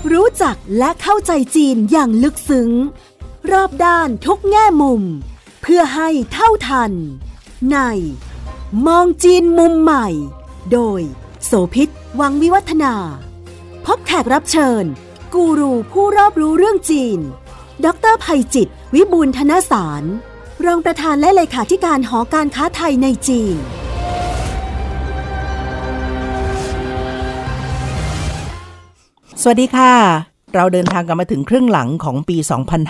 รู้จักและเข้าใจจีนอย่างลึกซึ้งรอบด้านทุกแง่มุมเพื่อให้เท่าทันในมองจีนมุมใหม่โดยโสภิต วังวิวัฒนาพบแขกรับเชิญกูรูผู้รอบรู้เรื่องจีนดร.ไพจิตร วิบูลย์ธนสารรองประธานและเลขาธิการหอการค้าไทยในจีนสวัสดีค่ะเราเดินทางกันมาถึงครึ่งหลังของปี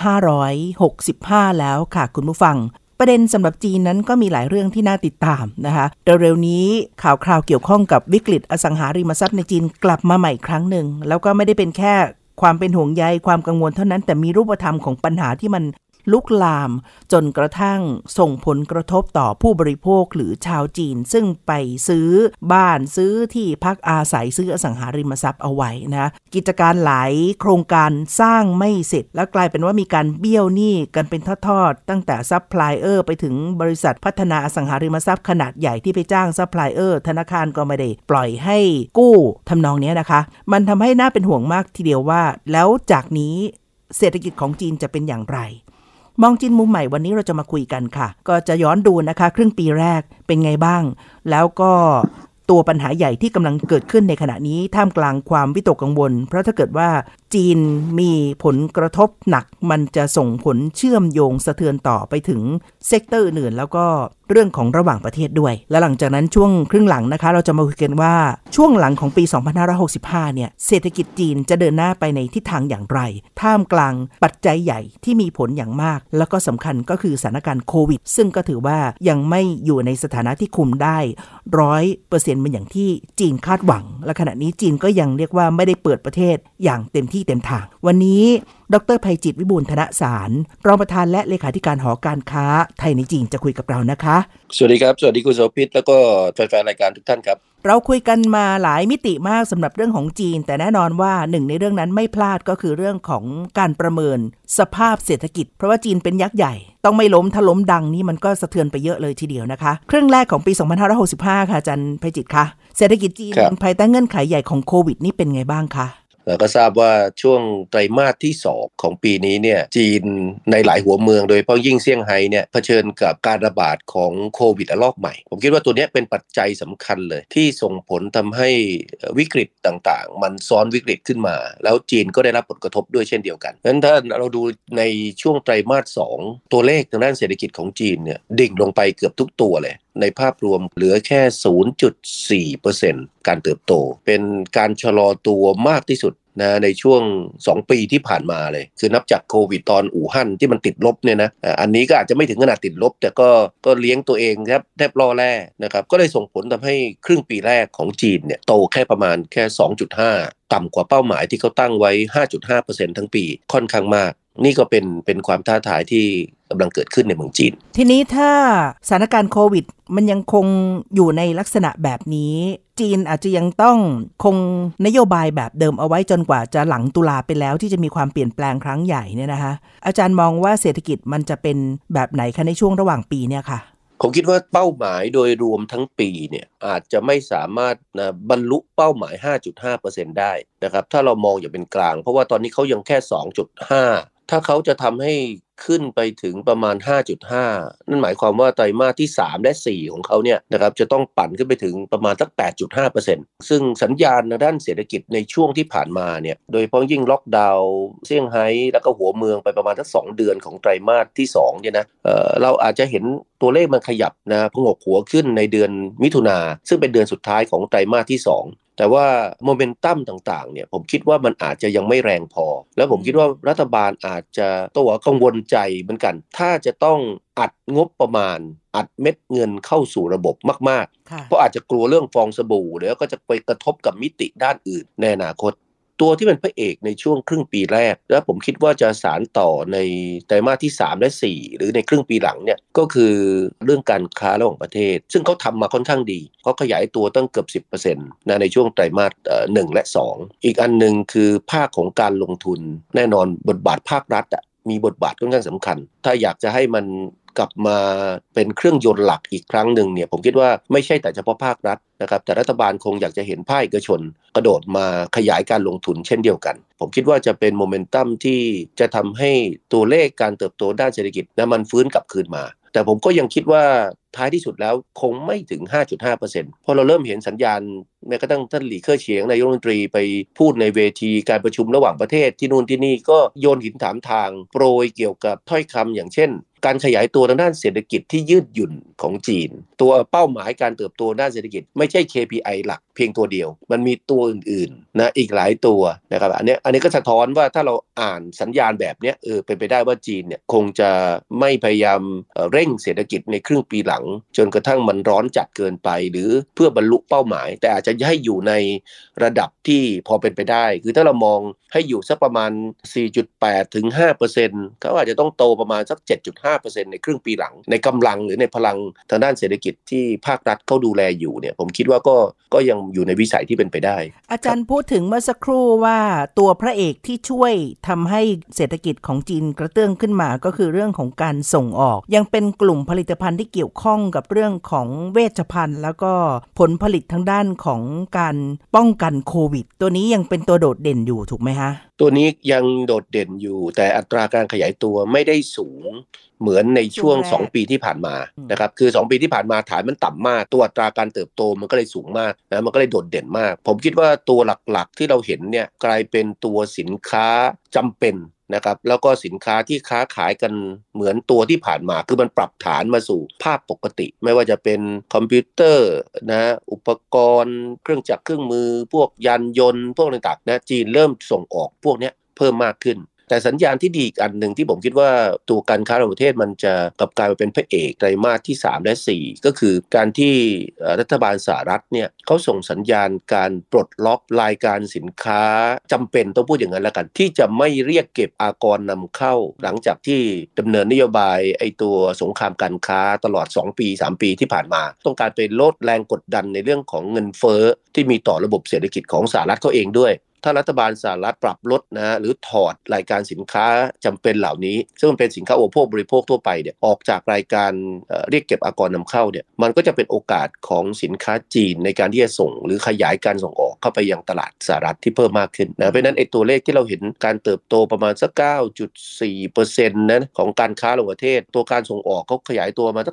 2565 แล้วค่ะคุณผู้ฟังประเด็นสำหรับจีนนั้นก็มีหลายเรื่องที่น่าติดตามนะคะเร็วๆนี้ข่าวคราวเกี่ยวข้องกับวิกฤตอสังหาริมทรัพย์ในจีนกลับมาใหม่ครั้งหนึ่งแล้วก็ไม่ได้เป็นแค่ความเป็นห่วงใยความกังวลเท่านั้นแต่มีรูปธรรมของปัญหาที่มันลุกลามจนกระทั่งส่งผลกระทบต่อผู้บริโภคหรือชาวจีนซึ่งไปซื้อบ้านซื้อที่พักอาศัยซื้ออสังหาริมทรัพย์เอาไว้นะกิจการหลายโครงการสร้างไม่เสร็จแล้วกลายเป็นว่ามีการเบี้ยวหนี้กันเป็นทอดๆตั้งแต่ซัพพลายเออร์ไปถึงบริษัทพัฒนาอสังหาริมทรัพย์ขนาดใหญ่ที่ไปจ้างซัพพลายเออร์ธนาคารก็ไม่ได้ปล่อยให้กู้ทำนองนี้นะคะมันทำให้น่าเป็นห่วงมากทีเดียวว่าแล้วจากนี้เศรษฐกิจของจีนจะเป็นอย่างไรมองจีนมุมใหม่วันนี้เราจะมาคุยกันค่ะก็จะย้อนดูนะคะครึ่งปีแรกเป็นไงบ้างแล้วก็ตัวปัญหาใหญ่ที่กำลังเกิดขึ้นในขณะนี้ท่ามกลางความวิตกกังวลเพราะถ้าเกิดว่าจีนมีผลกระทบหนักมันจะส่งผลเชื่อมโยงสะเทือนต่อไปถึงเซกเตอร์อื่นแล้วก็เรื่องของระหว่างประเทศด้วยและหลังจากนั้นช่วงครึ่งหลังนะคะเราจะมาคุยกันว่าช่วงหลังของปี 2565 เนี่ยเศรษฐกิจจีนจะเดินหน้าไปในทิศทางอย่างไรท่ามกลางปัจจัยใหญ่ที่มีผลอย่างมากแล้วก็สำคัญก็คือสถานการณ์โควิดซึ่งก็ถือว่ายังไม่อยู่ในสถานะที่คุมได้ 100% เป็นอย่างที่จีนคาดหวังและขณะนี้จีนก็ยังเรียกว่าไม่ได้เปิดประเทศอย่างเต็มที่เต็มทางวันนี้ดร.ไพจิตร วิบูลย์ธนสารรองประธานและเลขาธิการหอการค้าไทยในจีนจะคุยกับเรานะคะสวัสดีครับสวัสดีคุณโสภิตแล้วก็แฟนๆรายการทุกท่านครับเราคุยกันมาหลายมิติมากสำหรับเรื่องของจีนแต่แน่นอนว่าหนึ่งในเรื่องนั้นไม่พลาดก็คือเรื่องของการประเมินสภาพเศรษฐกิจเพราะว่าจีนเป็นยักษ์ใหญ่ต้องไม่ล้มถ้าล้มดังนี่มันก็สะเทือนไปเยอะเลยทีเดียวนะคะครึ่งแรกของปี 2565 ค่ะอาจารย์ไพจิตรคะเศรษฐกิจจีนภายใต้เงื่อนไขใหญ่ของโควิดนี่เป็นไงบ้างคะก็ทราบว่าช่วงไตรมาสที่2ของปีนี้เนี่ยจีนในหลายหัวเมืองโดยเฉพาะยิ่งเซี่ยงไฮ้เนี่ยเผชิญกับการระบาดของโควิดระลอกใหม่ผมคิดว่าตัวนี้เป็นปัจจัยสำคัญเลยที่ส่งผลทำให้วิกฤตต่างๆมันซ้อนวิกฤตขึ้นมาแล้วจีนก็ได้รับผลกระทบด้วยเช่นเดียวกันงั้นถ้าเราดูในช่วงไตรมาส2ตัวเลขทางด้านเศรษฐกิจของจีนเนี่ยดิ่งลงไปเกือบทุกตัวเลยในภาพรวมเหลือแค่ 0.4% การเติบโตเป็นการชะลอตัวมากที่สุดนะในช่วง2ปีที่ผ่านมาเลยคือนับจากโควิดตอนอู่ฮั่นที่มันติดลบเนี่ยนะอันนี้ก็อาจจะไม่ถึงขนาดติดลบแต่ก็เลี้ยงตัวเองแทบล่อแร่นะครับก็เลยส่งผลทำให้ครึ่งปีแรกของจีนเนี่ยโตแค่ประมาณแค่ 2.5 ต่ำกว่าเป้าหมายที่เขาตั้งไว้ 5.5% ทั้งปีค่อนข้างมากนี่ก็เป็นความท้าทายที่กำลังเกิดขึ้นในเมืองจีนทีนี้ถ้าสถานการณ์โควิดมันยังคงอยู่ในลักษณะแบบนี้จีนอาจจะยังต้องคงนโยบายแบบเดิมเอาไว้จนกว่าจะหลังตุลาไปแล้วที่จะมีความเปลี่ยนแปลงครั้งใหญ่เนี่ยนะคะอาจารย์มองว่าเศรษฐกิจมันจะเป็นแบบไหนคะในช่วงระหว่างปีเนี่ยค่ะผมคิดว่าเป้าหมายโดยรวมทั้งปีเนี่ยอาจจะไม่สามารถบรรลุเป้าหมาย 5.5% ได้นะครับถ้าเรามองอย่างเป็นกลางเพราะว่าตอนนี้เขายังแค่ 2.5 ถ้าเขาจะทำให้ขึ้นไปถึงประมาณ 5.5 นั่นหมายความว่าไตรมาสที่3และ4ของเขาเนี่ยนะครับจะต้องปั่นขึ้นไปถึงประมาณสัก 8.5% ซึ่งสัญญาณด้านเศรษฐกิจในช่วงที่ผ่านมาเนี่ยโดยเฉพาะยิ่งล็อกดาวน์เซี่ยงไฮ้แล้วก็หัวเมืองไปประมาณสัก2เดือนของไตรมาสที่2เนี่ยนะเราอาจจะเห็นตัวเลขมันขยับนะพงกหัวขึ้นในเดือนมิถุนาซึ่งเป็นเดือนสุดท้ายของไตรมาสที่2แต่ว่าโมเมนตัมต่างๆเนี่ยผมคิดว่ามันอาจจะยังไม่แรงพอแล้วผมคิดว่ารัฐบาลอาจจะตัวกังวลใจเหมือนกันถ้าจะต้องอัดงบประมาณอัดเม็ดเงินเข้าสู่ระบบมากๆเพราะอาจจะกลัวเรื่องฟองสบู่เดี๋ยวก็จะไปกระทบกับมิติด้านอื่นในอนาคตตัวที่เป็นพระเอกในช่วงครึ่งปีแรกและผมคิดว่าจะสานต่อในไตรมาสที่3และ4หรือในครึ่งปีหลังเนี่ยก็คือเรื่องการค้าระหว่างประเทศซึ่งเขาทำมาค่อนข้างดีเขาขยายตัวตั้งเกือบ 10% นะในช่วงไตรมาส1และ2อีกอันนึงคือภาคของการลงทุนแน่นอนบทบาทภาครัฐมีบทบาทค่อนข้างสำคัญถ้าอยากจะให้มันกลับมาเป็นเครื่องยนต์หลักอีกครั้งหนึ่งเนี่ยผมคิดว่าไม่ใช่แต่เฉพาะภาครัฐนะครับแต่รัฐบาลคงอยากจะเห็นภาคเอกชนกระโดดมาขยายการลงทุนเช่นเดียวกันผมคิดว่าจะเป็นโมเมนตัมที่จะทำให้ตัวเลขการเติบโตด้านเศรษฐกิจมันฟื้นกลับคืนมาแต่ผมก็ยังคิดว่าท้ายที่สุดแล้วคงไม่ถึง 5.5% เพราะเราเริ่มเห็นสัญญาณแม้กระทั่งท่านหลีเค่อเฉียงนายกรัฐมนตรีไปพูดในเวทีการประชุมระหว่างประเทศที่นู่นที่นี่ก็โยนหินถามทางโปรยเกี่ยวกับถ้อยคำอย่างเช่นการขยายตัวทางด้านเศรษฐกิจที่ยืดหยุ่นของจีนตัวเป้าหมายการเติบโตด้านเศรษฐกิจไม่ใช่ KPI หลักเพียงตัวเดียวมันมีตัวอื่นๆนะอีกหลายตัวนะครับอันนี้ก็สะท้อนว่าถ้าเราอ่านสัญญาณแบบนี้เป็นไปได้ว่าจีนเนี่ยคงจะไม่พยายามเร่งเศรษฐกิจในครึ่งปีหลังจนกระทั่งมันร้อนจัดเกินไปหรือเพื่อบรรลุเป้าหมายแต่อาจจะให้อยู่ในระดับที่พอเป็นไปได้คือถ้าเรามองให้อยู่สักประมาณ 4.8 ถึง 5% เขาอาจจะต้องโตประมาณสัก 7.5% ในครึ่งปีหลังในกำลังหรือในพลังทางด้านเศรษฐกิจที่ภาครัฐเขาดูแลอยู่เนี่ยผมคิดว่าก็ยังอยู่ในวิสัยที่เป็นไปได้อาจารย์พูดถึงเมื่อสักครู่ว่าตัวพระเอกที่ช่วยทำให้เศรษฐกิจของจีนกระเตื้องขึ้นมาก็คือเรื่องของการส่งออกยังเป็นกลุ่มผลิตภัณฑ์ที่เกี่ยวข้องกับเรื่องของเวชภัณฑ์แล้วก็ผลผลิตทางด้านของการป้องกันโควิดตัวนี้ยังเป็นตัวโดดเด่นอยู่ถูกไหมคะตัวนี้ยังโดดเด่นอยู่แต่อัตราการขยายตัวไม่ได้สูงเหมือนในช่วง2ปีที่ผ่านมานะครับคือ2ปีที่ผ่านมาฐานมันต่ำมากตัวอัตราการเติบโตมันก็เลยสูงมากนะมันก็เลยโดดเด่นมากผมคิดว่าตัวหลักๆที่เราเห็นเนี่ยกลายเป็นตัวสินค้าจำเป็นนะครับแล้วก็สินค้าที่ค้าขายกันเหมือนตัวที่ผ่านมาคือมันปรับฐานมาสู่ภาพปกติไม่ว่าจะเป็นคอมพิวเตอร์นะอุปกรณ์เครื่องจักรเครื่องมือพวกยานยนต์พวกต่างๆนะจีนเริ่มส่งออกพวกนี้เพิ่มมากขึ้นแต่สัญญาณที่ดีอีกอันหนึ่งที่ผมคิดว่าตัวการค้าระหว่างประเทศมันจะกลับกลายมาเป็นพระเอกไตรมาสที่3และ4ก็คือการที่รัฐบาลสหรัฐเนี่ยเขาส่งสัญญาณการปลดล็อกรายการสินค้าจำเป็นต้องพูดอย่างนั้นแล้วกันที่จะไม่เรียกเก็บอากรนำเข้าหลังจากที่ดำเนินนโยบายตัวสงครามการค้าตลอด2ปี3ปีที่ผ่านมาต้องการไปลดแรงกดดันในเรื่องของเงินเฟ้อที่มีต่อระบบเศรษฐกิจของสหรัฐเขาเองด้วยถ้ารัฐบาลสหรัฐปรับลดนะหรือถอดรายการสินค้าจำเป็นเหล่านี้ซึ่งมันเป็นสินค้าอุปโภคบริโภคทั่วไปเนี่ยออกจากรายการเรียกเก็บอากรนำเข้าเนี่ยมันก็จะเป็นโอกาสของสินค้าจีนในการที่จะส่งหรือขยายการส่งออกเข้าไปยังตลาดสหรัฐที่เพิ่มมากขึ้นนะเพราะนั้นตัวเลขที่เราเห็นการเติบโตประมาณสัก 9.4% นะของการค้าระหว่างประเทศตัวการส่งออกเขาขยายตัวมาสัก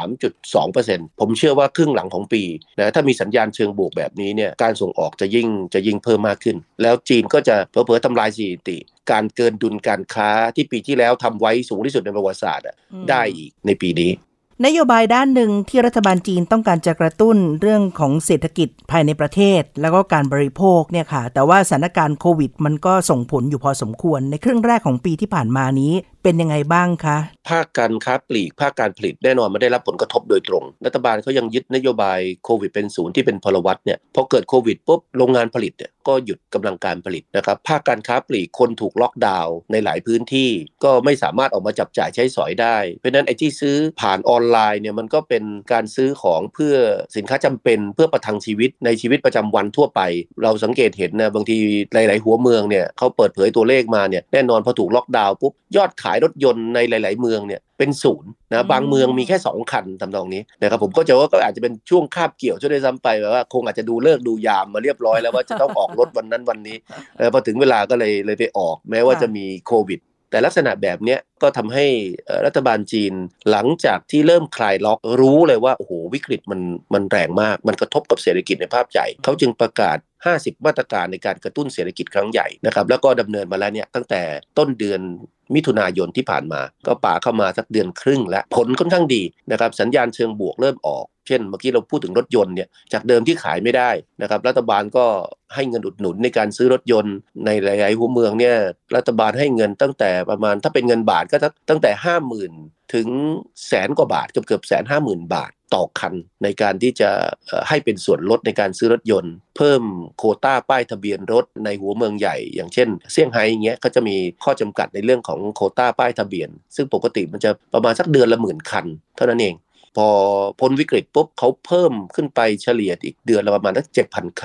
13.2% ผมเชื่อว่าครึ่งหลังของปีนะถ้ามีสัญญาณเชิงบวกแบบนี้เนี่ยการส่งออกจะยิ่งเพิ่มมากขึ้นแล้วจีนก็จะเผลอๆทำลายสถิติการเกินดุลการค้าที่ปีที่แล้วทำไว้สูงที่สุดในประวัติศาสตร์ได้อีกในปีนี้นโยบายด้านหนึ่งที่รัฐบาลจีนต้องการจะกระตุ้นเรื่องของเศรษฐกิจภายในประเทศแล้วก็การบริโภคเนี่ยค่ะแต่ว่าสถานการณ์โควิดมันก็ส่งผลอยู่พอสมควรในครึ่งแรกของปีที่ผ่านมานี้เป็นยังไงบ้างคะภาคการค้าปลีกภาคการผลิตแน่นอนไม่ได้รับผลกระทบโดยตรงรัฐบาลเขายังยึดนโยบายโควิดเป็นศูนย์ที่เป็นพลวัตเนี่ยพอเกิดโควิดปุ๊บโรงงานผลิตเนี่ยก็หยุดกำลังการผลิตนะครับภาคการค้าปลีกคนถูกล็อกดาวน์ในหลายพื้นที่ก็ไม่สามารถออกมาจับจ่ายใช้สอยได้เพราะฉะนั้นไอ้ที่ซื้อผ่านออนไลน์เนี่ยมันก็เป็นการซื้อของเพื่อสินค้าจำเป็นเพื่อประทังชีวิตในชีวิตประจำวันทั่วไปเราสังเกตเห็นนะบางทีหลายๆหัวเมืองเนี่ยเขาเปิดเผยตัวเลขมาเนี่ยแน่นอนพอถูกล็อกดาวน์ปุ๊บยอดขายรถยนต์ในหลายๆเมืองเนี่ยเป็นศูนย์นะบางเมืองมีแค่2คันทำนองนี้นะครับผมก็จะว่าก็อาจจะเป็นช่วงคาบเกี่ยวช่วยได้ซ้ำไปว่าคงอาจจะดูเลิกดูยามมาเรียบร้อยแล้วว่าจะต้องออกรถวันนั้นวันนี้พอถึงเวลาก็เลยไปออกแม้ว่าจะมีโควิดแต่ลักษณะแบบนี้ก็ทำให้รัฐบาลจีนหลังจากที่เริ่มคลายล็อกรู้เลยว่าโอ้โหวิกฤตมันแรงมากมันกระทบกับเศรษฐกิจในภาพใหญ่เขาจึงประกาศ50มาตรการในการกระตุ้นเศรษฐกิจครั้งใหญ่นะครับแล้วก็ดำเนินมาแล้วเนี่ยตั้งแต่ต้นเดือนมิถุนายนที่ผ่านมาก็ป่าเข้ามาสักเดือนครึ่งแล้วผลค่อนข้างดีนะครับสัญญาณเชิงบวกเริ่มออกเช่นเมื่อกี้เราพูดถึงรถยนต์เนี่ยจากเดิมที่ขายไม่ได้นะครับรัฐบาลก็ให้เงินอุดหนุนในการซื้อรถยนต์ในหลายๆหัวเมืองเนี่ยรัฐบาลให้เงินตั้งแต่ประมาณถ้าเป็นเงินบาทก็ตั้งแต่ 50,000 ถึงแสนกว่าบาทเกือบ 150,000 บาทต่อคันในการที่จะให้เป็นส่วนลดในการซื้อรถยนต์เพิ่มโควต้าป้ายทะเบียนรถในหัวเมืองใหญ่อย่างเช่นเซี่ยงไฮ้อย่างเงี้ยก็จะมีข้อจำกัดในเรื่องของโควต้าป้ายทะเบียนซึ่งปกติมันจะประมาณสักเดือนละ10,000 คันเท่านั้นเองพอพ้นวิกฤตปุ๊บเขาเพิ่มขึ้นไปเฉลี่ยอีกเดือนละประมาณสัก 7,000 คัน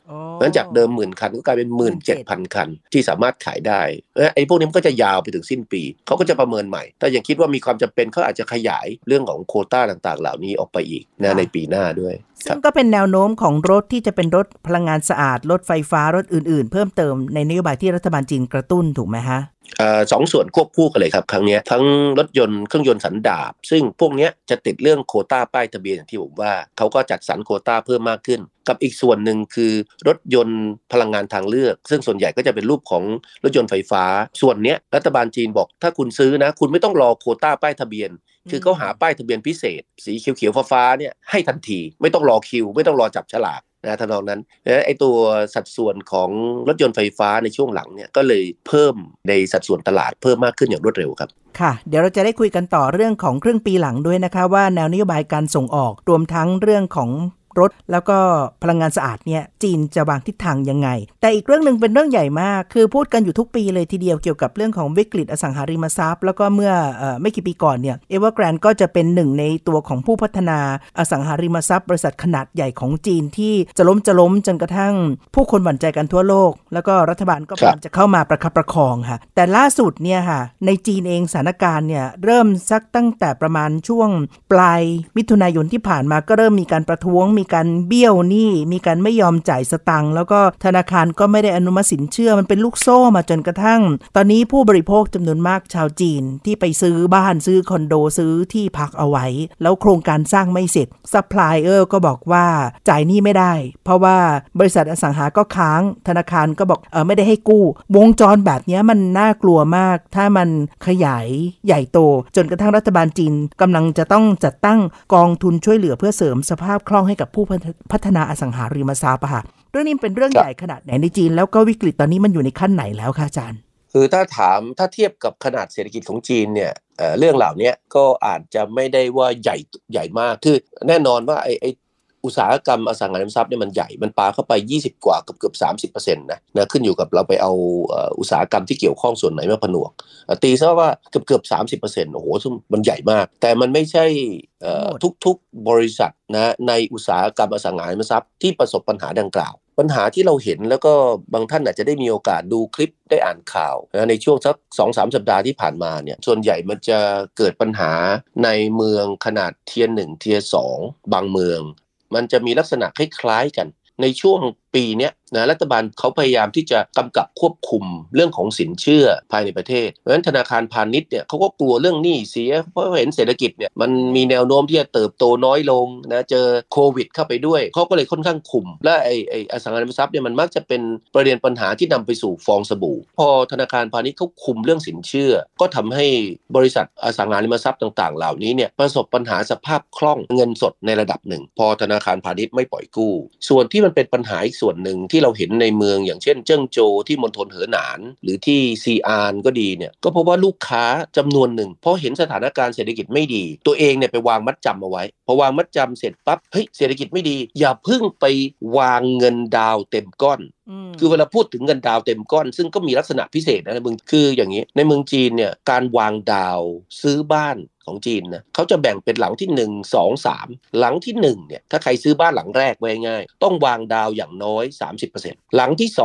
เพราะฉะนั้นจากเดิม10,000 คันก็กลายเป็น 17,000 คันที่สามารถขายได้ไอ้พวกนี้มันก็จะยาวไปถึงสิ้นปีเขาก็จะประเมินใหม่ถ้ายังคิดว่ามีความจำเป็นเขาอาจจะขยายเรื่องของโควต้าต่างๆเหล่านี้ออกไปอีกนะในปีหน้าด้วยซึ่งก็เป็นแนวโน้มของรถที่จะเป็นรถพลังงานสะอาดรถไฟฟ้ารถอื่นๆเพิ่มเติมในนโยบายที่รัฐบาลจีนกระตุ้นถูกไหมฮะสองส่วนควบคู่กันเลยครับครั้งนี้ทั้งรถยนต์เครื่องยนต์สันดาปซึ่งพวกนี้จะติดเรื่องโควต้าป้ายทะเบียนอย่างที่ผมว่าเขาก็จัดสรรโควต้าเพิ่มมากขึ้นกับอีกส่วนหนึ่งคือรถยนต์พลังงานทางเลือกซึ่งส่วนใหญ่ก็จะเป็นรูปของรถยนต์ไฟฟ้าส่วนนี้รัฐบาลจีนบอกถ้าคุณซื้อนะคุณไม่ต้องรอโควต้าป้ายทะเบียนคือเขาหาป้ายทะเบียนพิเศษสีเขียวๆฟ้าๆเนี่ยให้ทันทีไม่ต้องรอคิวไม่ต้องรอจับฉลากนะทำนองนั้นไอ้ตัวสัดส่วนของรถยนต์ไฟฟ้าในช่วงหลังเนี่ยก็เลยเพิ่มในสัดส่วนตลาดเพิ่มมากขึ้นอย่างรวดเร็วครับค่ะเดี๋ยวเราจะได้คุยกันต่อเรื่องของครึ่งปีหลังด้วยนะคะว่าแนวนโยบายการส่งออกรวมทั้งเรื่องของรถแล้วก็พลังงานสะอาดเนี่ยจีนจะวางทิศทางยังไงแต่อีกเรื่องนึงเป็นเรื่องใหญ่มากคือพูดกันอยู่ทุกปีเลยทีเดียวเกี่ยวกับเรื่องของวิกฤตอสังหาริมทรัพย์แล้วก็เมื่อไม่กี่ปีก่อนเนี่ยEvergrandeก็จะเป็นหนึ่งในตัวของผู้พัฒนาอสังหาริมทรัพย์บริษัทขนาดใหญ่ของจีนที่จะล้มจนกระทั่งผู้คนหวั่นใจกันทั่วโลกแล้วก็รัฐบาลก็พยายามจะเข้ามาประคับประคองค่ะแต่ล่าสุดเนี่ยค่ะในจีนเองสถานการณ์เนี่ยเริ่มสักตั้งแต่ประมาณช่วงปลายมิถุนายนที่ผ่านมาก็เริ่มมีการประท้วงมีการเบี้ยวหนี้มีการไม่ยอมจ่ายสตังค์แล้วก็ธนาคารก็ไม่ได้อนุมัติสินเชื่อมันเป็นลูกโซ่มาจนกระทั่งตอนนี้ผู้บริโภคจำนวนมากชาวจีนที่ไปซื้อบ้านซื้อคอนโดซื้อที่พักเอาไว้แล้วโครงการสร้างไม่เสร็จซัพพลายเออร์ก็บอกว่าจ่ายหนี้ไม่ได้เพราะว่าบริษัทอสังหาก็ค้างธนาคารก็บอกไม่ได้ให้กู้วงจรแบบนี้มันน่ากลัวมากถ้ามันขยายใหญ่โตจนกระทั่งรัฐบาลจีนกำลังจะต้องจัดตั้งกองทุนช่วยเหลือเพื่อเสริมสภาพคล่องให้กับผู้พัฒนาอสังหาริมทรัพย์ค่ะเรื่องนี้เป็นเรื่องใหญ่ขนาดไหนในจีนแล้วก็วิกฤตตอนนี้มันอยู่ในขั้นไหนแล้วคะอาจารย์คือถ้าเทียบกับขนาดเศรษฐกิจของจีนเนี่ยเรื่องเหล่านี้ก็อาจจะไม่ได้ว่าใหญ่มากคือแน่นอนว่าไออุตสาหกรรมอสังหาริมทรัพย์เนี่ยมันใหญ่มันปาเข้าไป20กว่าเกือบ 30% นะขึ้นอยู่กับเราไปเอาอุตสาหกรรมที่เกี่ยวข้องส่วนไหนมาผนวกตีซะว่าเกือบ 30% โอ้โหมันใหญ่มากแต่มันไม่ใช่ทุกบริษัทนะในอุตสาหกรรมอสังหาริมทรัพย์ที่ประสบปัญหาดังกล่าวปัญหาที่เราเห็นแล้วก็บางท่านอาจจะได้มีโอกาสดูคลิปได้อ่านข่าวนะในช่วงสัก 2-3 สัปดาห์ที่ผ่านมาเนี่ยส่วนใหญ่มันจะเกิดปัญหาในเมืองขนาดเทียร์1เทียร์2บางเมืองมันจะมีลักษณะคล้ายๆกันในช่วงปีนี้นะรัฐบาลเขาพยายามที่จะกำกับควบคุมเรื่องของสินเชื่อภายในประเทศเพราะฉะนั้นธนาคารพาณิชย์เนี่ยเขาก็กลัวเรื่องหนี้เสียเพราะเห็นเศรษฐกิจเนี่ยมันมีแนวโน้มที่จะเติบโตน้อยลงนะเจอโควิดเข้าไปด้วยเขาก็เลยค่อนข้างคุมและไอ้อสังหาริมทรัพย์เนี่ยมันมักจะเป็นประเด็นปัญหาที่นำไปสู่ฟองสบู่พอธนาคารพาณิชย์เขาคุมเรื่องสินเชื่อก็ทำให้บริษัทอสังหาริมทรัพย์ต่างๆเหล่านี้เนี่ยประสบปัญหาสภาพคล่องเงินสดในระดับหนึ่งพอธนาคารพาณิชย์ไม่ปล่อยกู้ส่วนที่มันเป็นปัญหาอีกส่วนหนึ่งที่เราเห็นในเมืองอย่างเช่นเจิ้งโจวที่มณฑลเหอหนานหรือที่ซีอานก็ดีเนี่ยก็เพราะว่าลูกค้าจำนวนหนึ่งเพราะเห็นสถานการณ์เศรษฐกิจไม่ดีตัวเองเนี่ยไปวางมัดจำเอาไว้พอวางมัดจำเสร็จปั๊บเฮ้ยเศรษฐกิจไม่ดีอย่าเพิ่งไปวางเงินดาวเต็มก้อนคือเวลาพูดถึงเงินดาวเต็มก้อนซึ่งก็มีลักษณะพิเศษนะในเมืองคืออย่างนี้ในเมืองจีนเนี่ยการวางดาวซื้อบ้านของจีนนะเขาจะแบ่งเป็นหลังที่1 2 3หลังที่1เนี่ยถ้าใครซื้อบ้านหลังแรกไว้ง่ายต้องวางดาวอย่างน้อย 30% หลังที่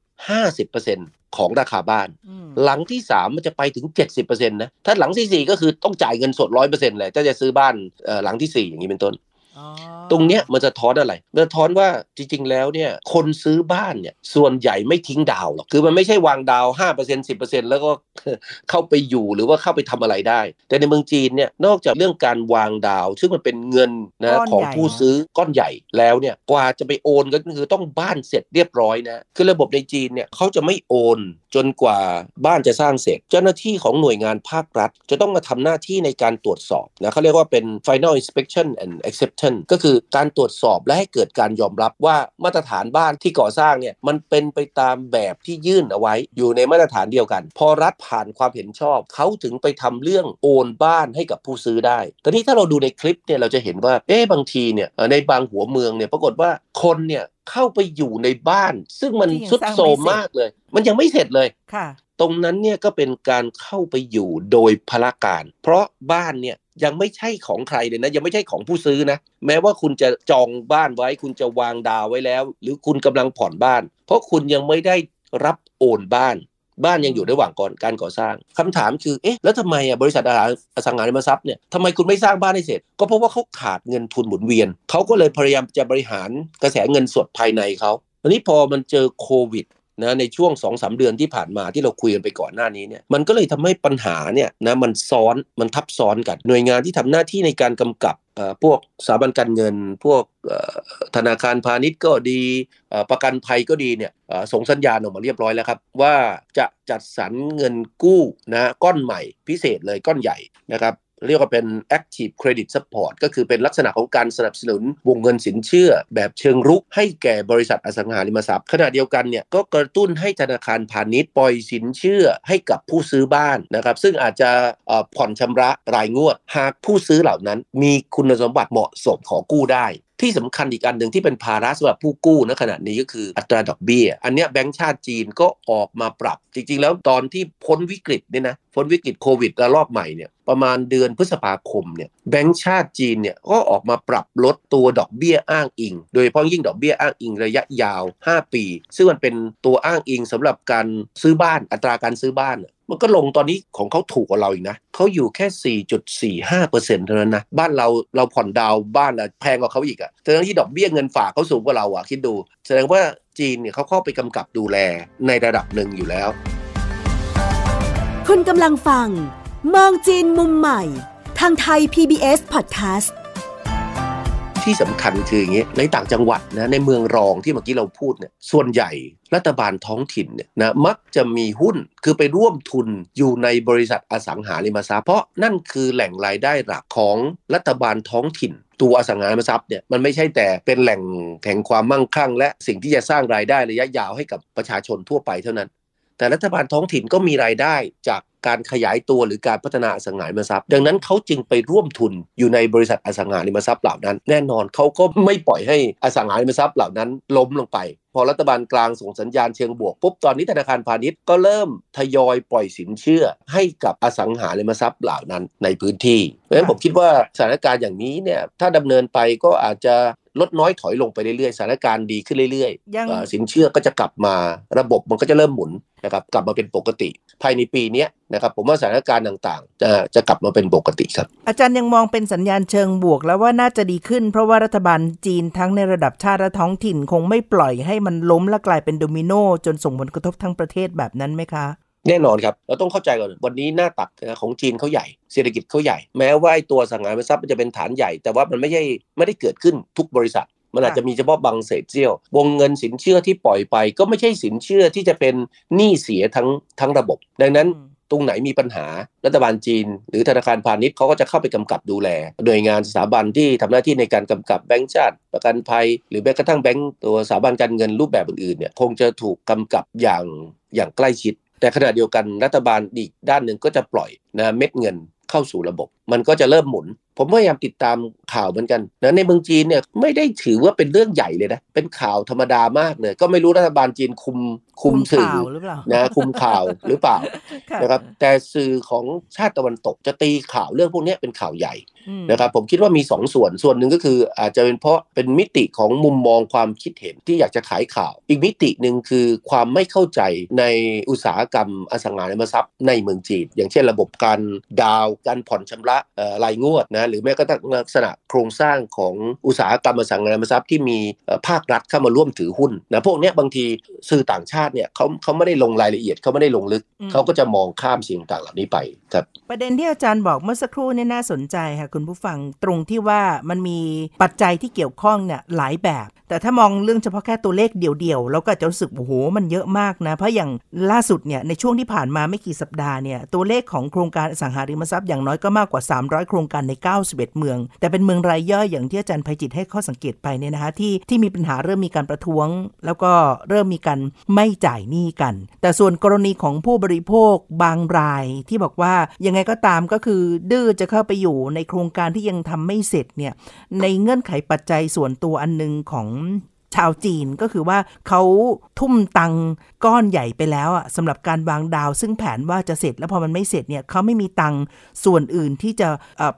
2 50% ของราคาบ้านหลังที่3มันจะไปถึง 70% นะถ้าหลังที่4ก็คือต้องจ่ายเงินสด 100% เลยถ้าจะซื้อบ้านหลังที่4อย่างนี้เป็นต้นตรงเนี้ยมันจะท้อนอะไรมันจะท้อนว่าจริงๆแล้วเนี่ยคนซื้อบ้านเนี่ยส่วนใหญ่ไม่ทิ้งดาวหรอกคือมันไม่ใช่วางดาว 5% 10% แล้วก็เข้าไปอยู่หรือว่าเข้าไปทำอะไรได้แต่ในเมืองจีนเนี่ยนอกจากเรื่องการวางดาวซึ่งมันเป็นเงินนะของผู้ซื้อก้อนใหญ่แล้วเนี่ยกว่าจะไปโอนก็คือต้องบ้านเสร็จเรียบร้อยนะคือระบบในจีนเนี่ยเขาจะไม่โอนจนกว่าบ้านจะสร้างเสร็จเจ้าหน้าที่ของหน่วยงานภาครัฐจะต้องมาทำหน้าที่ในการตรวจสอบนะเขาเรียกว่าเป็น final inspection and acceptance ก็คือการตรวจสอบและให้เกิดการยอมรับว่ามาตรฐานบ้านที่ก่อสร้างเนี่ยมันเป็นไปตามแบบที่ยื่นเอาไว้อยู่ในมาตรฐานเดียวกันพอรัฐผ่านความเห็นชอบเขาถึงไปทำเรื่องโอนบ้านให้กับผู้ซื้อได้ตอนนี้ถ้าเราดูในคลิปเนี่ยเราจะเห็นว่าบางทีเนี่ยในบางหัวเมืองเนี่ยปรากฏว่าคนเนี่ยเข้าไปอยู่ในบ้านซึ่งมันทรุดโทรมมากเลยมันยังไม่เสร็จเลยตรงนั้นเนี่ยก็เป็นการเข้าไปอยู่โดยพละการเพราะบ้านเนี่ยยังไม่ใช่ของใครเลยนะยังไม่ใช่ของผู้ซื้อนะแม้ว่าคุณจะจองบ้านไว้คุณจะวางดาวไว้แล้วหรือคุณกำลังผ่อนบ้านเพราะคุณยังไม่ได้รับโอนบ้านยังอยู่ระหว่างการก่อสร้างคำถามคือแล้วทำไมบริษัทอสังหาริมทรัพย์เนี่ยทำไมคุณไม่สร้างบ้านให้เสร็จก็เพราะว่าเขาขาดเงินทุนหมุนเวียนเขาก็เลยพยายามจะบริหารกระแสเงินสดภายในเขาทีนี้พอมันเจอโควิดนะในช่วง 2-3 เดือนที่ผ่านมาที่เราคุยกันไปก่อนหน้านี้เนี่ยมันก็เลยทำให้ปัญหาเนี่ยนะมันทับซ้อนกันหน่วยงานที่ทำหน้าที่ในการกำกับพวกสถาบันการเงินพวกธนาคารพาณิชย์ก็ดีประกันภัยก็ดีเนี่ยส่งสัญญาณออกมาเรียบร้อยแล้วครับว่าจะจัดสรรเงินกู้นะก้อนใหม่พิเศษเลยก้อนใหญ่นะครับเรียกว่าเป็น Active Credit Support ก็คือเป็นลักษณะของการสนับสนุนวงเงินสินเชื่อแบบเชิงรุกให้แก่บริษัทอสังหาริมทรัพย์ขณะเดียวกันเนี่ยก็กระตุ้นให้ธนาคารพาณิชย์ปล่อยสินเชื่อให้กับผู้ซื้อบ้านนะครับซึ่งอาจจะผ่อนชำระรายงวดหากผู้ซื้อเหล่านั้นมีคุณสมบัติเหมาะสมขอกู้ได้ที่สำคัญอีกอันหนึ่งที่เป็นภาระสำหรับผู้กู้ณขณะนี้ก็คืออัตราดอกเบี้ยอันนี้แบงก์ชาติจีนก็ออกมาปรับจริงๆแล้วตอนที่พ้นวิกฤตเนี่ยนะพ้นวิกฤตโควิดระลอกใหม่เนี่ยประมาณเดือนพฤษภาคมเนี่ยแบงก์ชาติจีนเนี่ยก็ออกมาปรับลดตัวดอกเบี้ยอ้างอิงโดยเฉพาะยิ่งดอกเบี้ยอ้างอิงระยะยาว5ปีซึ่งมันเป็นตัวอ้างอิงสำหรับการซื้อบ้านอัตราการซื้อบ้านมันก็ลงตอนนี้ของเขาถูกกว่าเราอีกนะเขาอยู่แค่ 4.45% เท่านั้นนะบ้านเราผ่อนดาวบ้านแพงกว่าเขาอีกแสดงที่ดอกเบี้ยเงินฝากเขาสูงกว่าเราคิดดูแสดงว่าจีนเนี่ยเขาเข้าไปกำกับดูแลในระดับหนึ่งอยู่แล้วคุณกำลังฟังมองจีนมุมใหม่ทางไทย PBS Podcast ที่สำคัญคืออย่างนี้ในต่างจังหวัดนะในเมืองรองที่เมื่อกี้เราพูดเนี่ยส่วนใหญ่รัฐบาลท้องถิ่นเนี่ยนะมักจะมีหุ้นคือไปร่วมทุนอยู่ในบริษัทอสังหาริมทรัพย์เพราะนั่นคือแหล่งรายได้หลักของรัฐบาลท้องถิ่นตัวอสังหาริมทรัพย์เนี่ยมันไม่ใช่แต่เป็นแหล่งแห่งความมั่งคั่งและสิ่งที่จะสร้างรายได้ระยะยาวให้กับประชาชนทั่วไปเท่านั้นแต่รัฐบาลท้องถิ่นก็มีรายได้จากการขยายตัวหรือการพัฒนาอสังหาริมทรัพย์ดังนั้นเขาจึงไปร่วมทุนอยู่ในบริษัทอสังหาริมทรัพย์เหล่านั้นแน่นอนเขาก็ไม่ปล่อยให้อสังหาริมทรัพย์เหล่านั้นล้มลงไปพอรัฐบาลกลางส่งสัญญาณเชิงบวกปุ๊บตอนนี้ธนาคารพาณิชย์ก็เริ่มทยอยปล่อยสินเชื่อให้กับอสังหาริมทรัพย์เหล่านั้นในพื้นที่เพราะฉะนั้นผมคิดว่าสถานการณ์อย่างนี้เนี่ยถ้าดำเนินไปก็อาจจะลดน้อยถอยลงไปเรื่อยๆสถานการณ์ดีขึ้นเรื่อยๆสินเชื่อก็จะกลับมาระบบมันก็จะเริ่มหมุนนะครับกลับมาเป็นปกติภายในปีนี้นะครับผมว่าสถานการณ์ต่างๆจะกลับมาเป็นปกติครับอาจารย์ยังมองเป็นสัญญาณเชิงบวกแล้วว่าน่าจะดีขึ้นเพราะว่ารัฐบาลจีนทั้งในระดับชาติและท้องถิ่นคงไม่ปล่อยให้มันล้มและกลายเป็นโดมิโนจนส่งผลกระทบทั้งประเทศแบบนั้นไหมคะแน่นอนครับเราต้องเข้าใจก่อนวันนี้หน้าตักของจีนเขาใหญ่เศรษฐกิจเขาใหญ่แม้ว่าไอ้ตัวอสังหาริมทรัพย์มันจะเป็นฐานใหญ่แต่ว่ามันไม่ได้เกิดขึ้นทุกบริษัทมันอาจจะมีเฉพาะบางเศษเสี้ยววงเงินสินเชื่อที่ปล่อยไปก็ไม่ใช่สินเชื่อที่จะเป็นหนี้เสียทั้งระบบดังนั้นตรงไหนมีปัญหารัฐบาลจีนหรือธนาคารพาณิชย์เขาก็จะเข้าไปกำกับดูแลหน่วยงานสถาบันที่ทำหน้าที่ในการกำกับแบงก์ชาติประกันภัยหรือแม้กระทั่งแบงก์ตัวสถาบันการเงินรูปแบบอื่นๆเนี่ยคงจะถูกกำกับอย่างใกล้ชิดแต่ขณะเดียวกันรัฐบาลอีกด้านหนึ่งก็จะปล่อยนะเม็ดเงินเข้าสู่ระบบมันก็จะเริ่มหมุนผมพยายามติดตามข่าวเหมือนกันนะในเมืองจีนเนี่ยไม่ได้ถือว่าเป็นเรื่องใหญ่เลยนะเป็นข่าวธรรมดามากเลยก็ไม่รู้รัฐบาลจีนคุมสื่อนะคุมข่าวหรือเปล่านะครับแต่สื่อของชาติตะวันตกจะตีข่าวเรื่องพวกนี้เป็นข่าวใหญ่นะครับผมคิดว่ามี2ส่วนหนึ่งก็คืออาจจะเป็นเพราะเป็นมิติของมุมมองความคิดเห็นที่อยากจะขายข่าวอีกมิตินึงคือความไม่เข้าใจในอุตสาหกรรมอสังหาริมทรัพย์ในเมืองจีนอย่างเช่นระบบการดาวการผ่อนชำระรายงวดนะหรือแม้กระทั่งลักษณะโครงสร้างของอุตสาหกรรมอสังหาริมทรัพย์ที่มีภาครัฐเข้ามาร่วมถือหุ้นนะพวกนี้บางทีสื่อต่างชาติเนี่ยเขาไม่ได้ลงรายละเอียดเขาไม่ได้ลงลึกเขาก็จะมองข้ามสิ่งต่างเหล่านี้ไปครับประเด็นที่อาจารย์บอกเมื่อสักครู่นี่น่าสนใจค่ะคุณผู้ฟังตรงที่ว่ามันมีปัจจัยที่เกี่ยวข้องเนี่ยหลายแบบแต่ถ้ามองเรื่องเฉพาะแค่ตัวเลขเดี่ยวๆเราก็จะรู้สึกโอ้โหมันเยอะมากนะเพราะอย่างล่าสุดเนี่ยในช่วงที่ผ่านมาไม่กี่สัปดาห์เนี่ยตัวเลขของโครงการอสังหาริมทรัพย์อย่างน้อยก็มากกว่า300โครงการใน91เมืองแต่เป็นเมืองรายย่อยอย่างที่อาจารย์ไพจิตรให้ข้อสังเกตไปเนี่ยนะคะที่มีปัญหาเริ่มมีการประท้วงแล้วก็เริ่มมีการไม่จ่ายหนี้กันแต่ส่วนกรณีของผู้บริโภคบางรายที่บอกว่ายังไงก็ตามก็คือดื้อจะเข้าไปอยู่ในโครงการที่ยังทำไม่เสร็จเนี่ยในเงื่อนไขปัจจัยส่วนตัวอันนึงของชาวจีนก็คือว่าเขาทุ่มตังก้อนใหญ่ไปแล้วสำหรับการวางดาวซึ่งแผนว่าจะเสร็จแล้วพอมันไม่เสร็จเนี่ยเขาไม่มีตังส่วนอื่นที่จะไป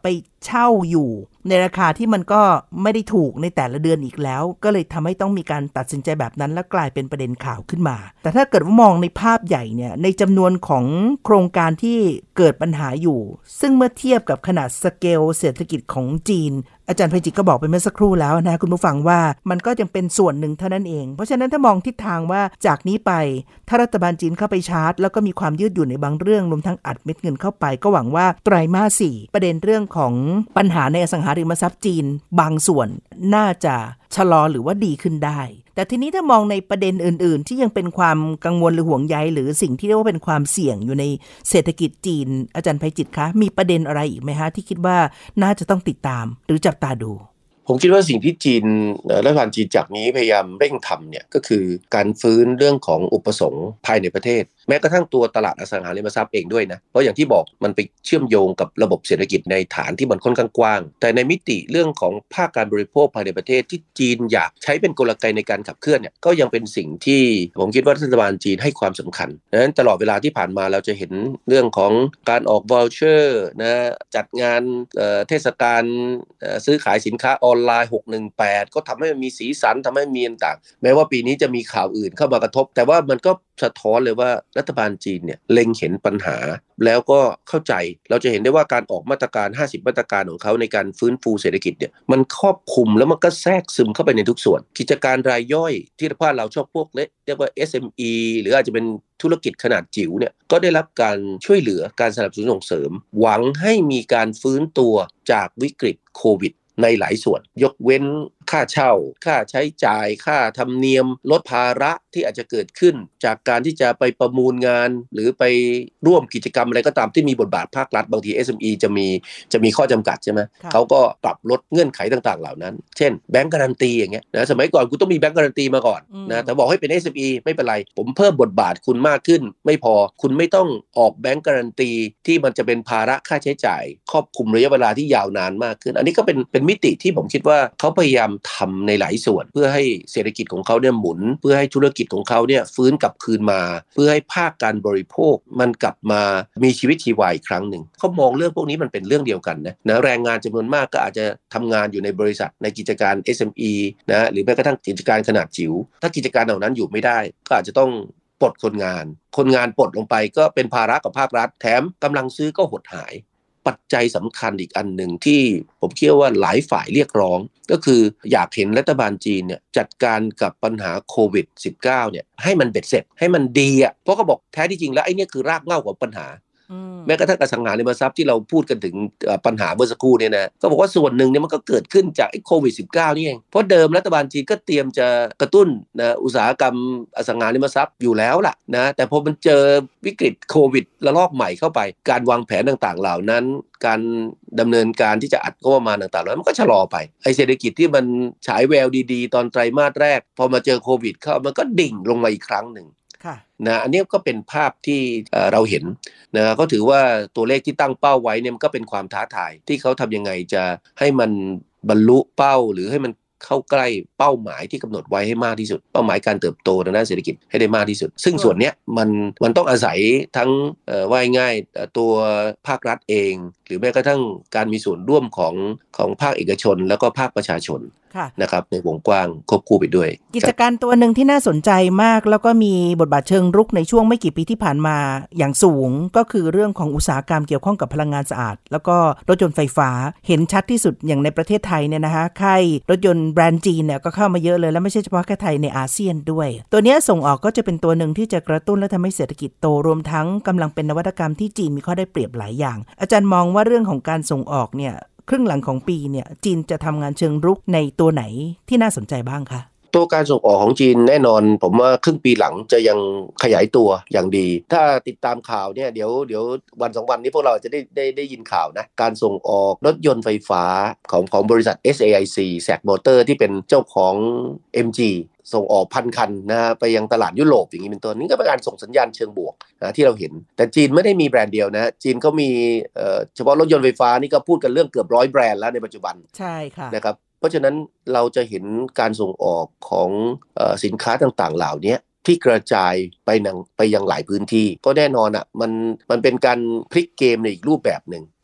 เช่าอยู่ในราคาที่มันก็ไม่ได้ถูกในแต่ละเดือนอีกแล้วก็เลยทำให้ต้องมีการตัดสินใจแบบนั้นและกลายเป็นประเด็นข่าวขึ้นมาแต่ถ้าเกิดว่ามองในภาพใหญ่เนี่ยในจำนวนของโครงการที่เกิดปัญหาอยู่ซึ่งเมื่อเทียบกับขนาดสเกลเศรษฐกิจของจีนอาจารย์ไพจิตรก็บอกไปเมื่อสักครู่แล้วนะคุณผู้ฟังว่ามันก็ยังเป็นส่วนหนึ่งเท่านั้นเองเพราะฉะนั้นถ้ามองทิศทางว่าจากนี้ไปถ้ารัฐบาลจีนเข้าไปชาร์จแล้วก็มีความยืดหยุ่นในบางเรื่องรวมทั้งอัดเม็ดเงินเข้าไปก็หวังว่าไตรมาส 4ประเด็นเรื่องของปัญหาในอสังหาริมทรัพย์จีนบางส่วนน่าจะชะลอหรือว่าดีขึ้นได้แต่ทีนี้ถ้ามองในประเด็นอื่นๆที่ยังเป็นความกังวลหรือห่วงใยหรือสิ่งที่เรียกว่าเป็นความเสี่ยงอยู่ในเศรษฐกิจจีนอาจารย์ไพจิตรคะมีประเด็นอะไรอีกไหมฮะที่คิดว่าน่าจะต้องติดตามหรือจับตาดูผมคิดว่าสิ่งที่จีนรัฐบาลจีนจากนี้พยายามเร่งทำเนี่ยก็คือการฟื้นเรื่องของอุปสงค์ภายในประเทศแม้กระทั่งตัวตลาดอสังหาริมทรัพย์เองด้วยนะเพราะอย่างที่บอกมันไปเชื่อมโยงกับระบบเศรษฐกิจในฐานที่มันค่อนข้างกว้างแต่ในมิติเรื่องของภาคการบริโภคภายในประเทศที่จีนอยากใช้เป็นกลไกในการขับเคลื่อนเนี่ยก็ยังเป็นสิ่งที่ผมคิดว่ารัฐบาลจีนให้ความสำคัญดังนั้นตลอดเวลาที่ผ่านมาเราจะเห็นเรื่องของการออกวอลเชอร์นะจัดงานเทศกาลซื้อขายสินค้าออนไลน์618ก็ทำให้มันมีสีสันทำให้มีต่างแม้ว่าปีนี้จะมีข่าวอื่นเข้ามากระทบแต่ว่ามันก็สะท้อนเลยว่ารัฐบาลจีนเนี่ยเล็งเห็นปัญหาแล้วก็เข้าใจเราจะเห็นได้ว่าการออกมาตรการ50มาตรการของเขาในการฟื้นฟูเศรษฐกิจเนี่ยมันครอบคลุมแล้วมันก็แทรกซึมเข้าไปในทุกส่วนกิจการรายย่อยที่เราชอบพวกเล็กเรียกว่า SME หรืออาจจะเป็นธุรกิจขนาดจิ๋วเนี่ยก็ได้รับการช่วยเหลือการสนับสนุนส่งเสริมหวังให้มีการฟื้นตัวจากวิกฤตโควิดในหลายส่วนยกเว้นค่าเช่าค่าใช้จ่ายค่าธรรมเนียมลดภาระที่อาจจะเกิดขึ้นจากการที่จะไปประมูลงานหรือไปร่วมกิจกรรมอะไรก็ตามที่มีบทบาทภาครัฐบางที SME จะมีข้อจำกัดใช่ไหมเขาก็ปรับลดเงื่อนไขต่างๆเหล่านั้นเช่นแบงก์การันตีอย่างเงี้ยนะสมัยก่อนคุณต้องมีแบงก์การันตีมาก่อนนะแต่บอกให้เป็น SME ไม่เป็นไรผมเพิ่มบทบาทคุณมากขึ้นไม่พอคุณไม่ต้องออกแบงก์การันตีที่มันจะเป็นภาระค่าใช้จ่ายครอบคลุมระยะเวลาที่ยาวนานมากขึ้นอันนี้ก็เป็นมิติที่ผมคิดว่าเขาพยายามทำในหลายส่วนเพื่อให้เศรษฐกิจของเขาเนี่ยหมุนเพื่อให้ธุรกิจของเขาเนี่ยฟื้นกลับคืนมาเพื่อให้ภาคการบริโภคมันกลับมามีชีวิตชีวาอีกครั้งหนึ่งเขามองเรื่องพวกนี้มันเป็นเรื่องเดียวกันนะแรงงานจำนวนมากก็อาจจะทำงานอยู่ในบริษัทในกิจการ SME นะหรือแม้กระทั่งกิจการขนาดจิ๋วถ้ากิจการเหล่านั้นอยู่ไม่ได้ก็อาจจะต้องปลดคนงานปลดลงไปก็เป็นภาระกับภาครัฐแถมกำลังซื้อก็หดหายปัจจัยสำคัญอีกอันหนึ่งที่ผมคิดว่าหลายฝ่ายเรียกร้องก็คืออยากเห็นรัฐบาลจีนเนี่ยจัดการกับปัญหาโควิด -19 เนี่ยให้มันเบ็ดเสร็จให้มันดีอ่ะเพราะเขาบอกแท้ที่จริงแล้วไอ้นี่คือรากเหง้าของปัญหาแม้กระทั่งอสังหาริมทรัพย์ที่เราพูดกันถึงปัญหาเมื่อสักครู่เนี่ยนะก็บอกว่าส่วนหนึ่งเนี่ยมันก็เกิดขึ้นจากไอ้โควิด -19 นี่เองเพราะเดิมรัฐบาลจีนก็เตรียมจะกระตุ้นนะอุตสาหกรรมอสังหาริมทรัพย์อยู่แล้วล่ะนะแต่พอมันเจอวิกฤตโควิดระลอกใหม่เข้าไปการวางแผนต่างๆเหล่านั้นการดำเนินการที่จะอัดงบประมาณต่างๆแล้วมันก็ชะลอไปไอ้เศรษฐกิจที่มันฉายแววดีๆตอนไตรมาสแรกพอมาเจอโควิดเข้ามันก็ดิ่งลงมาอีกครั้งหนึ่งนะอันนี้ก็เป็นภาพที่เราเห็นนะก็ถือว่าตัวเลขที่ตั้งเป้าไว้เนี่ยมันก็เป็นความท้าทายที่เขาทำยังไงจะให้มันบรรลุเป้าหรือให้มันเข้าใกล้เป้าหมายที่กำหนดไว้ให้มากที่สุดเป้าหมายการเติบโตทางด้านเศรษฐกิจให้ได้มากที่สุดซึ่งส่วนเนี้ยมันต้องอาศัยทั้งว่าง่ายตัวภาครัฐเองหรือแม้กระทั่งการมีส่วนร่วมของภาคเอกชนแล้วก็ภาคประชาชนนะครับในวงกว้างควบคู่ไปด้วยกิจการตัวหนึ่งที่น่าสนใจมากแล้วก็มีบทบาทเชิงรุกในช่วงไม่กี่ปีที่ผ่านมาอย่างสูงก็คือเรื่องของอุตสาหกรรมเกี่ยวข้องกับพลังงานสะอาดแล้วก็รถยนต์ไฟฟ้าเห็นชัดที่สุดอย่างในประเทศไทยเนี่ยนะคะค่ายรถยนต์แบรนด์จีนเนี่ยก็เข้ามาเยอะเลยแล้วไม่ใช่เฉพาะแค่ไทยในอาเซียนด้วยตัวนี้ส่งออกก็จะเป็นตัวหนึ่งที่จะกระตุ้นและทำให้เศรษฐกิจโตรวมทั้งกำลังเป็นนวัตกรรมที่จีนมีข้อได้เปรียบหลายอย่างอาจารย์มองว่าเรื่องของการส่งออกเนี่ยครึ่งหลังของปีเนี่ยจีนจะทำงานเชิงรุกในตัวไหนที่น่าสนใจบ้างคะตัวการส่งออกของจีนแน่นอนผมว่าครึ่งปีหลังจะยังขยายตัวอย่างดีถ้าติดตามข่าวเนี่ยเดี๋ยววัน2วันนี้พวกเราจะได้ยินข่าวนะการส่งออกรถยนต์ไฟฟ้าของบริษัท SAIC SAIC Motor ที่เป็นเจ้าของ MG ส่งออกพันคันนะไปยังตลาดยุโรปอย่างนี้เป็นต้นนี่ก็เป็นการส่งสัญญาณเชิงบวกนะที่เราเห็นแต่จีนไม่ได้มีแบรนด์เดียวนะจีนเขามีเฉพาะรถยนต์ไฟฟ้านี่ก็พูดกันเรื่องเกือบ100แบรนด์แล้วในปัจจุบันใช่ค่ะนะครับเพราะฉะนั้นเราจะเห็นการส่งออกของสินค้าต่างๆเหล่านี้ที่กระจายไปยังหลายพื้นที่ก็แน่นอนอ่ะมันเป็นการพลิกเกมในอีกรูปแบบหนึ่ง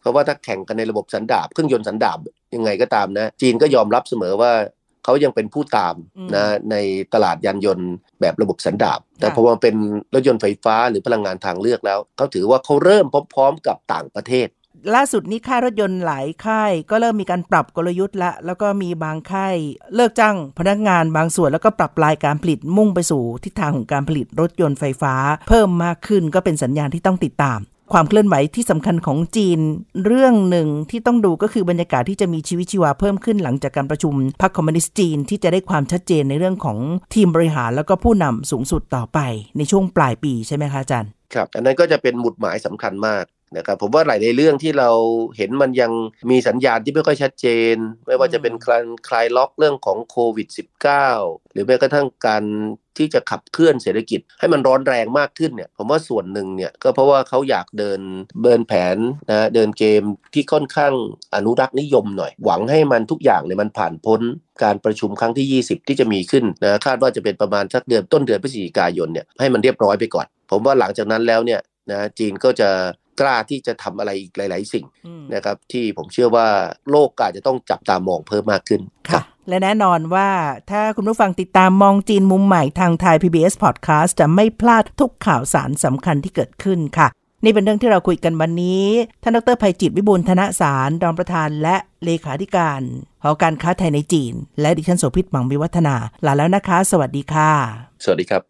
ราะว่าถ้าแข่งกันในระบบสันดาปเครื่องยนต์สันดาปยังไงก็ตามนะจีนก็ยอมรับเสมอว่าเขายังเป็นผู้ตามนะในตลาดยานยนต์แบบระบบสันดาปแต่พอมาเป็นรถยนต์ไฟฟ้าหรือพลังงานทางเลือกแล้วเขาถือว่าเขาเริ่มพร้อมๆกับต่างประเทศล่าสุดนี้ค่ายรถยนต์หลายค่ายก็เริ่มมีการปรับกลยุทธ์แล้วก็มีบางค่ายเลิกจ้างพนักงานบางส่วนแล้วก็ปรับรายการผลิตมุ่งไปสู่ทิศทางของการผลิตรถยนต์ไฟฟ้าเพิ่มมากขึ้นก็เป็นสัญญาณที่ต้องติดตามความเคลื่อนไหวที่สำคัญของจีนเรื่องหนึ่งที่ต้องดูก็คือบรรยากาศที่จะมีชีวิตชีวาเพิ่มขึ้นหลังจากการประชุมพรรคคอมมิวนิสต์จีนที่จะได้ความชัดเจนในเรื่องของทีมบริหารแล้วก็ผู้นำสูงสุดต่อไปในช่วงปลายปีใช่ไหมคะอาจารย์ครับอันนั้นก็จะเป็นหมุดหมายสำคัญมากนะครับผมว่าหลายในเรื่องที่เราเห็นมันยังมีสัญญาณที่ไม่ค่อยชัดเจนไม่ว่าจะเป็นคลายล็อกเรื่องของโควิด -19 หรือแม้กระทั่งการที่จะขับเคลื่อนเศรษฐกิจให้มันร้อนแรงมากขึ้นเนี่ยผมว่าส่วนหนึ่งเนี่ยก็เพราะว่าเขาอยากเดินแผนนะเดินเกมที่ค่อนข้างอนุรักษ์นิยมหน่อยหวังให้มันทุกอย่างเนี่ยมันผ่านพ้นการประชุมครั้งที่20ที่จะมีขึ้นนะคาดว่าจะเป็นประมาณสักต้นเดือนพฤศจิกายนเนี่ยให้มันเรียบร้อยไปก่อนผมว่าหลังจากนั้นแล้วเนี่ยนะจีนก็จะกล้าที่จะทำอะไรอีกหลายๆสิ่งนะครับที่ผมเชื่อว่าโลกอาจจะต้องจับตามองเพิ่มมากขึ้นค่ะและแน่นอนว่าถ้าคุณผู้ฟังติดตามมองจีนมุมใหม่ทางไทย PBS Podcast จะไม่พลาดทุกข่าวสารสำคัญที่เกิดขึ้นค่ะนี่เป็นเรื่องที่เราคุยกันวันนี้ท่านดร.ไพจิตรวิบูลย์ธนสารรองประธานและเลขาธิการหอการค้าไทยในจีนและดิฉันโสภิต หมั่งมีวัฒนาลาแล้วนะคะสวัสดีค่ะสวัสดีครับ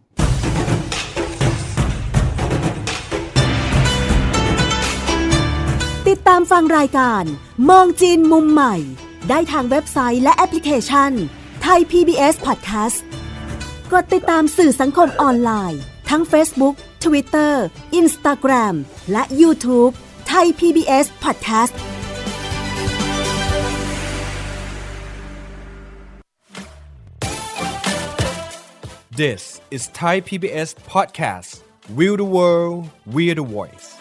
ติดตามฟังรายการมองจีนมุมใหม่ได้ทางเว็บไซต์และแอปพลิเคชันไทย PBS Podcast กดติดตามสื่อสังคมออนไลน์ทั้ง Facebook, Twitter, Instagram และ YouTube ไทย PBS Podcast This is Thai PBS Podcast. We the world, we the voice